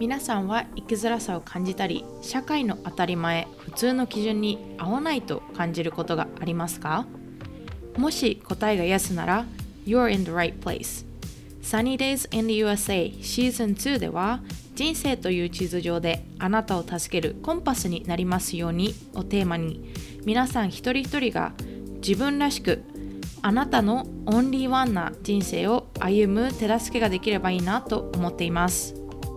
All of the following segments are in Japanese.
皆さんは生きづらさを感じたり、社会の当たり前、普通の基準に合わないと感じることがありますか？もし答えが Yes なら You're in the right place。 Sunny Days in the USA シーズン2では、人生という地図上であなたを助けるコンパスになりますようにをテーマに、皆さん一人一人が自分らしくあなたのオンリーワンな人生を歩む手助けができればいいなと思っています。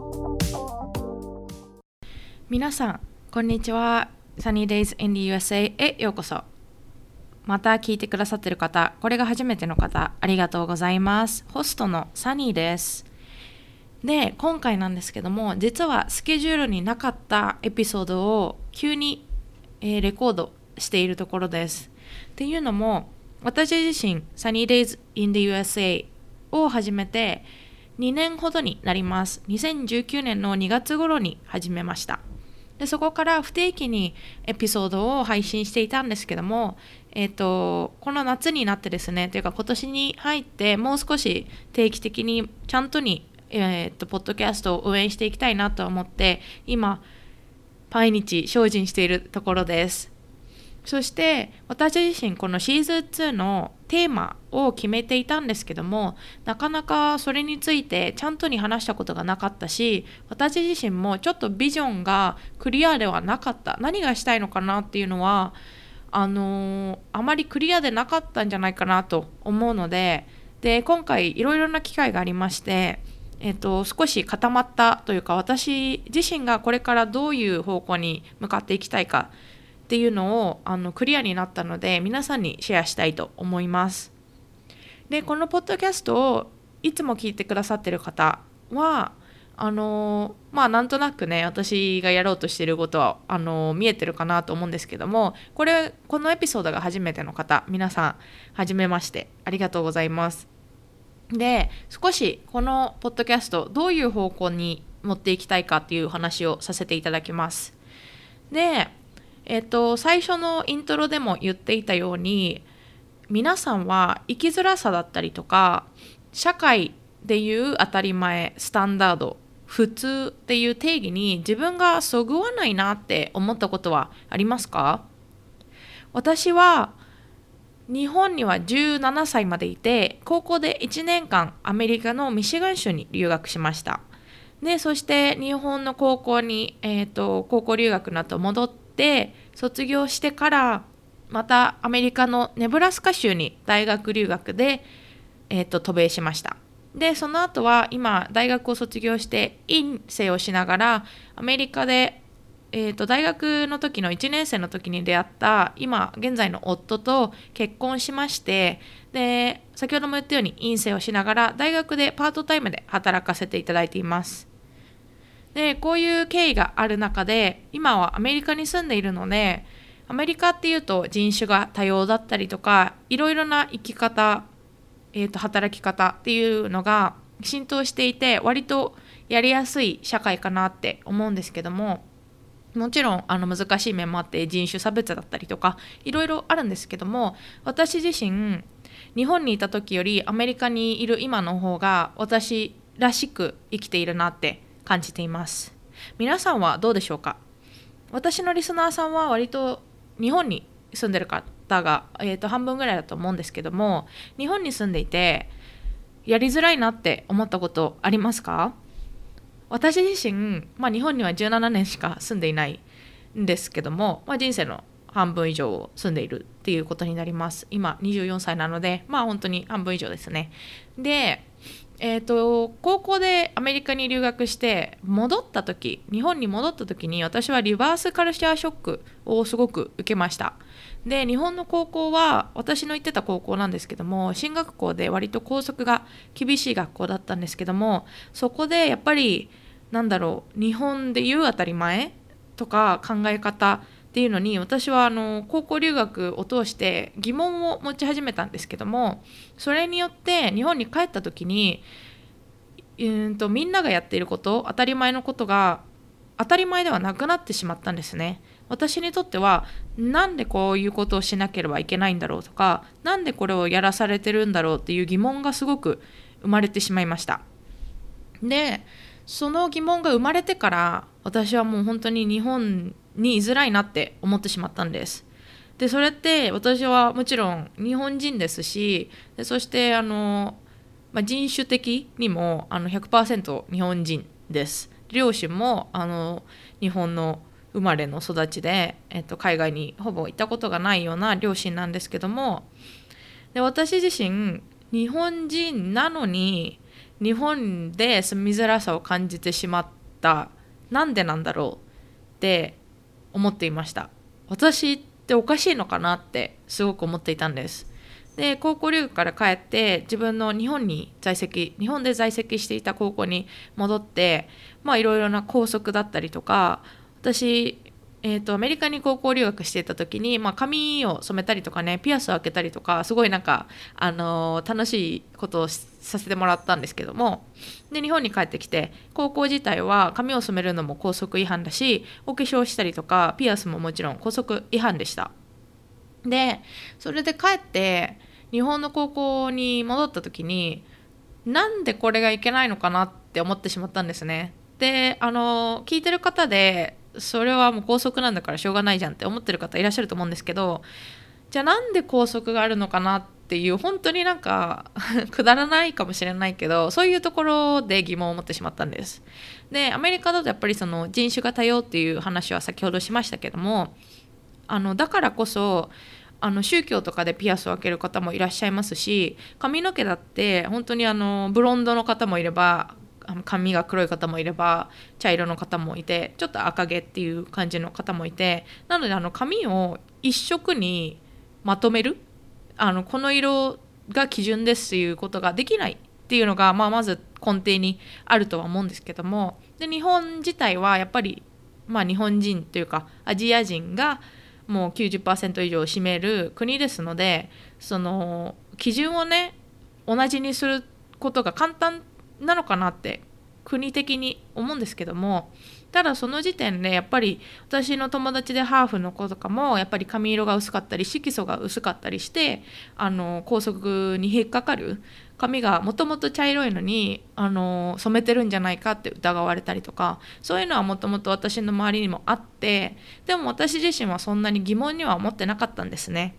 皆さんこんにちは。 Sunny Days in the USA へようこそ。また聞いてくださっている方、これが初めての方、ありがとうございます。ホストのサニーです。で、今回なんですけども、実はスケジュールになかったエピソードを急に、レコードしているところです。っていうのも、私自身 Sunny Days in the USA を始めて2年ほどになります。2019年の2月頃に始めました。で、そこから不定期にエピソードを配信していたんですけども、この夏になってですね、というか今年に入ってもう少し定期的にちゃんとに、ポッドキャストを運営していきたいなと思って、今毎日精進しているところです。そして私自身このシーズン2のテーマを決めていたんですけども、なかなかそれについてちゃんとに話したことがなかったし、私自身もちょっとビジョンがクリアではなかった。何がしたいのかなっていうのはあまりクリアでなかったんじゃないかなと思うので、今回いろいろな機会がありまして、少し固まったというか、私自身がこれからどういう方向に向かっていきたいかっていうのをクリアになったので、皆さんにシェアしたいと思います。で、このポッドキャストをいつも聞いてくださってる方はなんとなくね、私がやろうとしていることは見えてるかなと思うんですけども、このエピソードが初めての方、皆さんはじめまして、ありがとうございます。で、少しこのポッドキャストどういう方向に持っていきたいかっていう話をさせていただきます。で、最初のイントロでも言っていたように、皆さんは生きづらさだったりとか、社会でいう当たり前、スタンダード、普通っていう定義に自分がそぐわないなって思ったことはありますか？私は日本には17歳までいて、高校で1年間アメリカのミシガン州に留学しました。で、そして日本の高校に、高校留学の後戻って卒業してから、またアメリカのネブラスカ州に大学留学で、渡米しました。で、その後は今大学を卒業して院生をしながらアメリカで、大学の時の1年生の時に出会った今現在の夫と結婚しまして、で、先ほども言ったように院生をしながら大学でパートタイムで働かせていただいています。で、こういう経緯がある中で、今はアメリカに住んでいるので、アメリカっていうと人種が多様だったりとか、いろいろな生き方、働き方っていうのが浸透していて、割とやりやすい社会かなって思うんですけども、もちろん難しい面もあって、人種差別だったりとかいろいろあるんですけども、私自身日本にいた時よりアメリカにいる今の方が私らしく生きているなって感じています。皆さんはどうでしょうか？私のリスナーさんは割と日本に住んでる方が、半分ぐらいだと思うんですけども、日本に住んでいてやりづらいなって思ったことありますか？私自身、日本には17年しか住んでいないんですけども、人生の半分以上を住んでいるっていうことになります。今24歳なので、本当に半分以上ですね。で、高校でアメリカに留学して日本に戻った時に、私はリバースカルチャーショックをすごく受けました。で、日本の高校は私の行ってた高校なんですけども、進学校で割と校則が厳しい学校だったんですけども、そこでやっぱり日本でいう当たり前とか考え方っていうのに、私は高校留学を通して疑問を持ち始めたんですけども、それによって日本に帰った時にみんながやっていること、当たり前のことが当たり前ではなくなってしまったんですね。私にとっては、なんでこういうことをしなければいけないんだろうとか、なんでこれをやらされてるんだろうっていう疑問がすごく生まれてしまいました。で、 その疑問が生まれてから私はもう本当に日本に居づらいなって思ってしまったんです。でそれって私はもちろん日本人ですし、でそして人種的にも100% 日本人です。両親も日本の生まれの育ちで、海外にほぼ行ったことがないような両親なんですけども、で私自身日本人なのに日本で住みづらさを感じてしまった。なんでなんだろうって思っていました。私っておかしいのかなってすごく思っていたんです。で高校留学から帰って自分の日本で在籍していた高校に戻って、いろいろな校則だったりとか、私アメリカに高校留学していた時に、髪を染めたりとかね、ピアスを開けたりとか、すごい楽しいことをさせてもらったんですけども、で日本に帰ってきて高校自体は髪を染めるのも校則違反だし、お化粧したりとかピアスももちろん校則違反でした。でそれで帰って日本の高校に戻った時に、なんでこれがいけないのかなって思ってしまったんですね。で聞いてる方でそれはもう校則なんだからしょうがないじゃんって思ってる方いらっしゃると思うんですけど、じゃあなんで校則があるのかなっていう、本当にくだらないかもしれないけど、そういうところで疑問を持ってしまったんです。でアメリカだとやっぱりその人種が多様っていう話は先ほどしましたけども、だからこそ宗教とかでピアスを開ける方もいらっしゃいますし、髪の毛だって本当にブロンドの方もいれば、髪が黒い方もいれば、茶色の方もいて、ちょっと赤毛っていう感じの方もいて、なので髪を一色にまとめる、この色が基準ですっていうことができないっていうのが、まず根底にあるとは思うんですけども、で日本自体はやっぱり、日本人というかアジア人がもう 90% 以上を占める国ですので、その基準をね同じにすることが簡単なのかなって国的に思うんですけども、ただその時点でやっぱり私の友達でハーフの子とかもやっぱり髪色が薄かったり色素が薄かったりして、校則に引っかかる、髪がもともと茶色いのに染めてるんじゃないかって疑われたりとか、そういうのはもともと私の周りにもあって、でも私自身はそんなに疑問には思ってなかったんですね。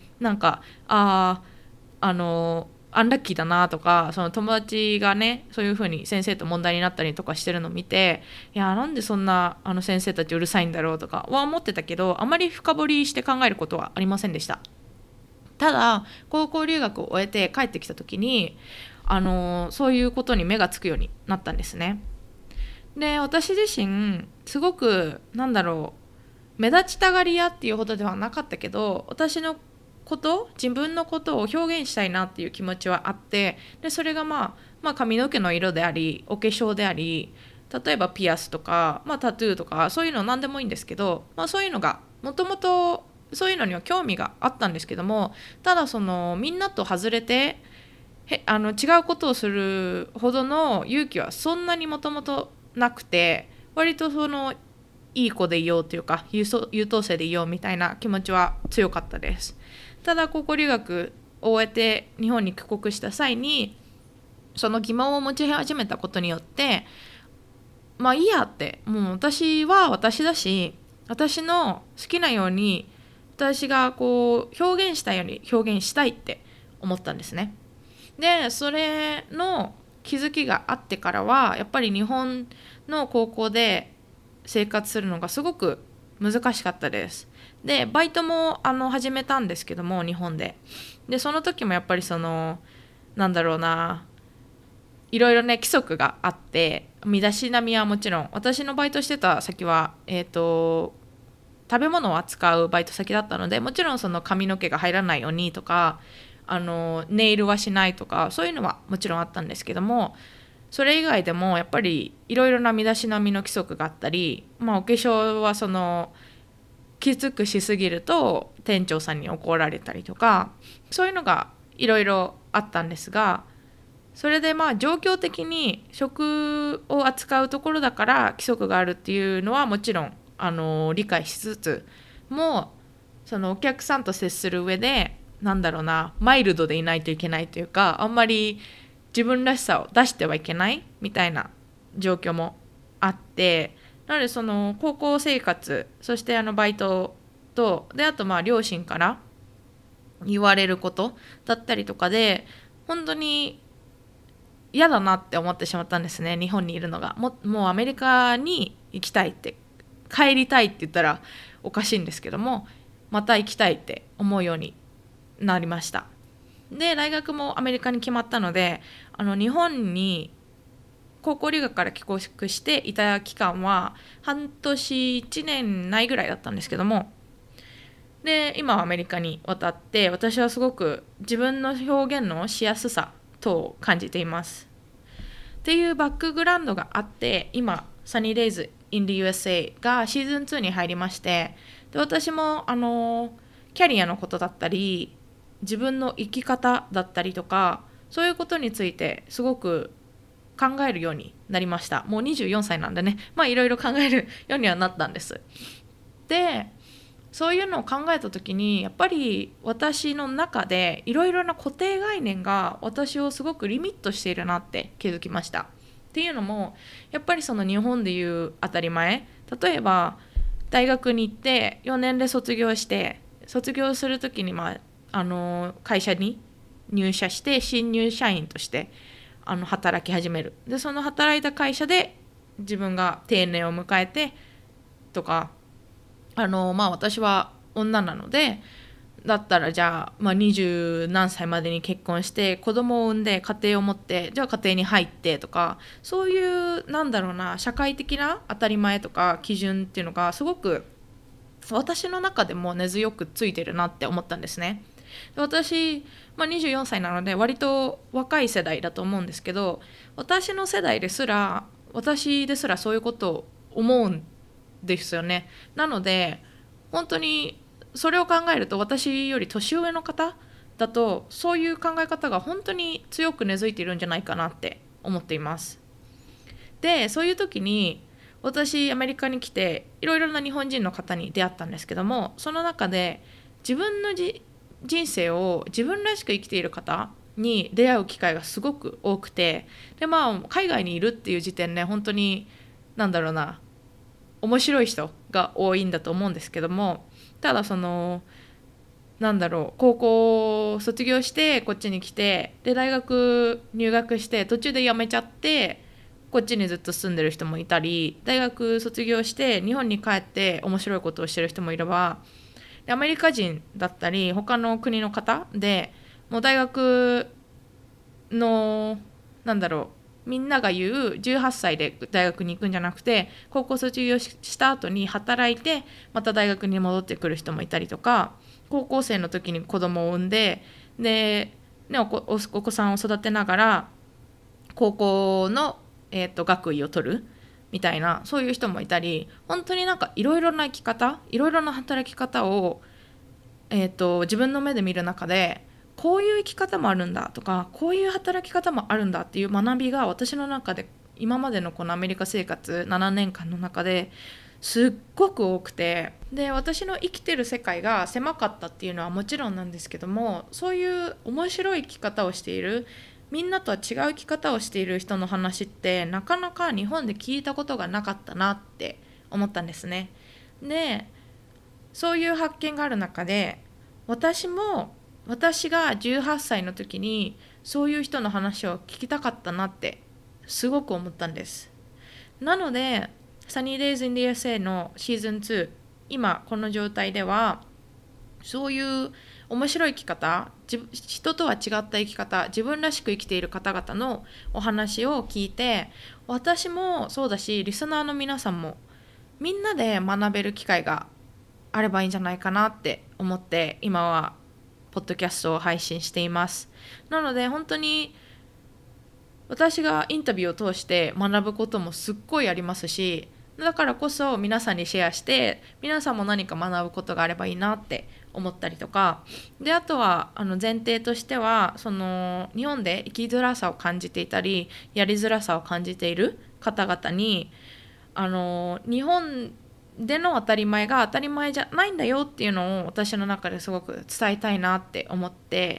アンラッキーだなとか、その友達がねそういう風に先生と問題になったりとかしてるのを見て、いやなんでそんな先生たちうるさいんだろうとかは思ってたけど、あまり深掘りして考えることはありませんでした。ただ高校留学を終えて帰ってきた時にそういうことに目がつくようになったんですね。で私自身すごく目立ちたがり屋っていうほどではなかったけど、私の自分のことを表現したいなっていう気持ちはあって、でそれが髪の毛の色であり、お化粧であり、例えばピアスとか、タトゥーとかそういうの何でもいいんですけど、そういうのがもともとそういうのには興味があったんですけども、ただそのみんなと外れて違うことをするほどの勇気はそんなにもともとなくて、割といい子でいようというか優等生でいようみたいな気持ちは強かったです。ただ高校留学を終えて日本に帰国した際にその疑問を持ち始めたことによって、いいやって、もう私は私だし、私の好きなように私が表現したいように表現したいって思ったんですね。でそれの気づきがあってからはやっぱり日本の高校で生活するのがすごく難しかったです。でバイトも始めたんですけども日本で、その時もやっぱりいろいろね規則があって、身だしなみはもちろん、私のバイトしてた先は食べ物を扱うバイト先だったので、もちろんその髪の毛が入らないようにとかネイルはしないとか、そういうのはもちろんあったんですけども、それ以外でもやっぱりいろいろな身だしなみの規則があったり、お化粧はきつくしすぎると店長さんに怒られたりとか、そういうのがいろいろあったんですが、それで状況的に食を扱うところだから規則があるっていうのはもちろん理解しつつも、そのお客さんと接する上でマイルドでいないといけないというか、あんまり自分らしさを出してはいけないみたいな状況もあって、なのでその高校生活、そしてバイトとで、あと両親から言われることだったりとかで、本当に嫌だなって思ってしまったんですね。日本にいるのがもうアメリカに行きたいって、帰りたいって言ったらおかしいんですけども、また行きたいって思うようになりました。で大学もアメリカに決まったので、日本に高校留学から帰国していた期間は半年1年ないぐらいだったんですけども、で今はアメリカに渡って、私はすごく自分の表現のしやすさ等を感じていますっていうバックグラウンドがあって、今 Sunny Days in the USA がシーズン2に入りまして、で私もキャリアのことだったり自分の生き方だったりとか、そういうことについてすごく考えるようになりました。もう24歳なんでね、いろいろ考えるようにはなったんです。でそういうのを考えた時に、やっぱり私の中でいろいろな固定概念が私をすごくリミットしているなって気づきました。っていうのも、やっぱりその日本でいう当たり前、例えば大学に行って4年で卒業して、卒業する時に会社に入社して新入社員として働き始める。でその働いた会社で自分が定年を迎えてとか、私は女なので、だったらじゃあ、20何歳までに結婚して子供を産んで家庭を持って、じゃあ家庭に入ってとか、そういう社会的な当たり前とか基準っていうのがすごく私の中でも根強くついてるなって思ったんですね。で私、24歳なので割と若い世代だと思うんですけど、私の世代ですらそういうことを思うんですよね。なので本当にそれを考えると、私より年上の方だとそういう考え方が本当に強く根付いているんじゃないかなって思っています。でそういう時に私アメリカに来ていろいろな日本人の方に出会ったんですけども、その中で自分の人生を自分らしく生きている方に出会う機会がすごく多くて、で海外にいるっていう時点で本当に面白い人が多いんだと思うんですけども、ただ高校卒業してこっちに来て、で大学入学して途中で辞めちゃってこっちにずっと住んでる人もいたり、大学卒業して日本に帰って面白いことをしてる人もいれば、アメリカ人だったり他の国の方で、もう大学のみんなが言う18歳で大学に行くんじゃなくて、高校卒業した後に働いてまた大学に戻ってくる人もいたりとか、高校生の時に子供を産んで、お子さんを育てながら高校の、学位を取るみたいな、そういう人もいたり、本当にいろいろな生き方、いろいろな働き方を、自分の目で見る中で、こういう生き方もあるんだとか、こういう働き方もあるんだっていう学びが私の中で、今までのこのアメリカ生活7年間の中ですっごく多くて、で私の生きてる世界が狭かったっていうのはもちろんなんですけども、そういう面白い生き方をしている、みんなとは違う生き方をしている人の話ってなかなか日本で聞いたことがなかったなって思ったんですね。でそういう発見がある中で、私が18歳の時にそういう人の話を聞きたかったなってすごく思ったんです。なので Sunny Days in the USA のシーズン2、今この状態ではそういう面白い生き方、人とは違った生き方、自分らしく生きている方々のお話を聞いて、私もそうだしリスナーの皆さんもみんなで学べる機会があればいいんじゃないかなって思って、今はポッドキャストを配信しています。なので本当に私がインタビューを通して学ぶこともすっごいありますし、だからこそ皆さんにシェアして皆さんも何か学ぶことがあればいいなって思ったりとかで、あとは前提としては日本で生きづらさを感じていたりやりづらさを感じている方々に日本での当たり前が当たり前じゃないんだよっていうのを私の中ですごく伝えたいなって思って、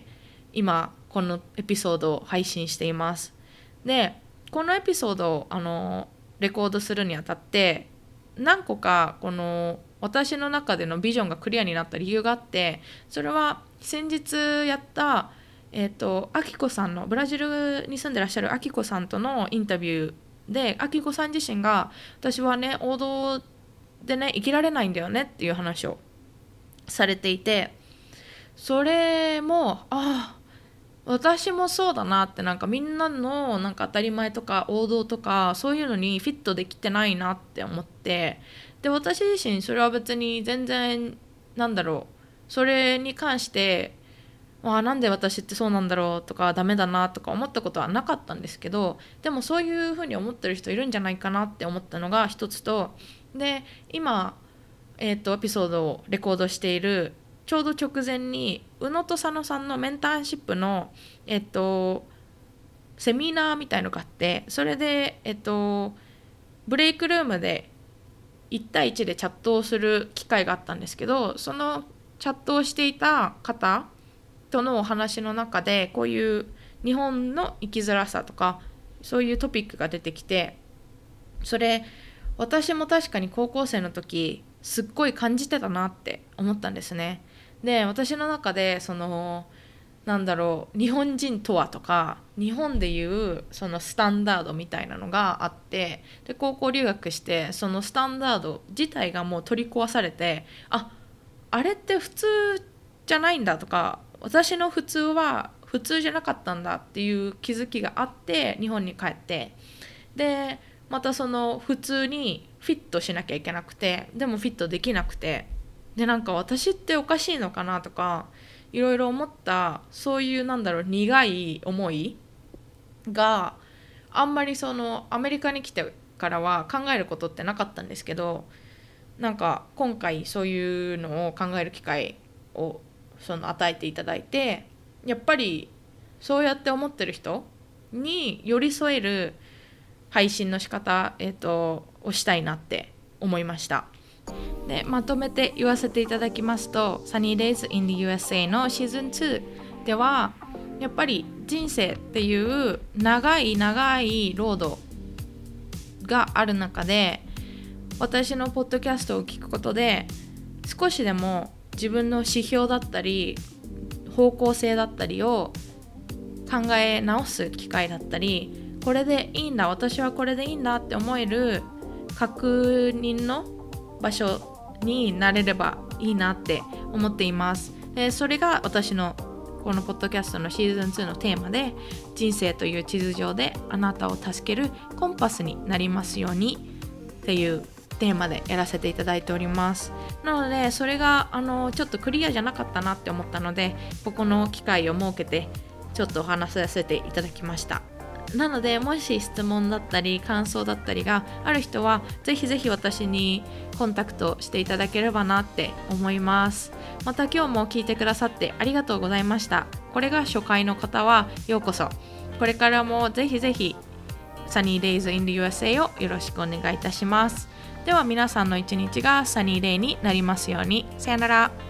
今このエピソードを配信しています。でこのエピソードをレコードするにあたって何個かこの私の中でのビジョンがクリアになった理由があって、それは先日やったアキコさんのブラジルに住んでらっしゃるアキコさんとのインタビューで、アキコさん自身が私はね王道でね生きられないんだよねっていう話をされていて、それも私もそうだなって、なんかみんなのなんか当たり前とか王道とかそういうのにフィットできてないなって思って、で私自身それは別に全然それに関してなんで私ってそうなんだろうとかダメだなとか思ったことはなかったんですけど、でもそういうふうに思ってる人いるんじゃないかなって思ったのが一つと、で今エピソードをレコードしているちょうど直前に宇野と佐野さんのメンターシップのセミナーみたいのがあって、それでブレイクルームで1対1でチャットをする機会があったんですけど、そのチャットをしていた方とのお話の中でこういう日本の生きづらさとかそういうトピックが出てきて、それ私も確かに高校生の時すっごい感じてたなって思ったんですね。で私の中で日本人とはとか日本でいうそのスタンダードみたいなのがあって、で高校留学してそのスタンダード自体がもう取り壊されて、あれって普通じゃないんだとか、私の普通は普通じゃなかったんだっていう気づきがあって日本に帰って、でまたその普通にフィットしなきゃいけなくて、でもフィットできなくて、でなんか私っておかしいのかなとかいろいろ思った、そういう苦い思いがあんまりそのアメリカに来てからは考えることってなかったんですけど、なんか今回そういうのを考える機会を与えていただいて、やっぱりそうやって思ってる人に寄り添える配信の仕方、をしたいなって思いました。でまとめて言わせていただきますと、 Sunny Days in the USA のシーズン2ではやっぱり人生っていう長い長いロードがある中で、私のポッドキャストを聞くことで少しでも自分の指標だったり方向性だったりを考え直す機会だったり、これでいいんだ、私はこれでいいんだって思える確認の場所になれればいいなって思っています。それが私のこのポッドキャストのシーズン2のテーマで、人生という地図上であなたを助けるコンパスになりますようにっていうテーマでやらせていただいております。なのでそれがちょっとクリアじゃなかったなって思ったので、ここの機会を設けてちょっとお話させていただきました。なのでもし質問だったり感想だったりがある人はぜひぜひ私にコンタクトしていただければなって思います。また今日も聞いてくださってありがとうございました。これが初回の方はようこそ。これからもぜひぜひ Sunny Days in the USA をよろしくお願いいたします。では皆さんの一日がサニーデイになりますように。さよなら。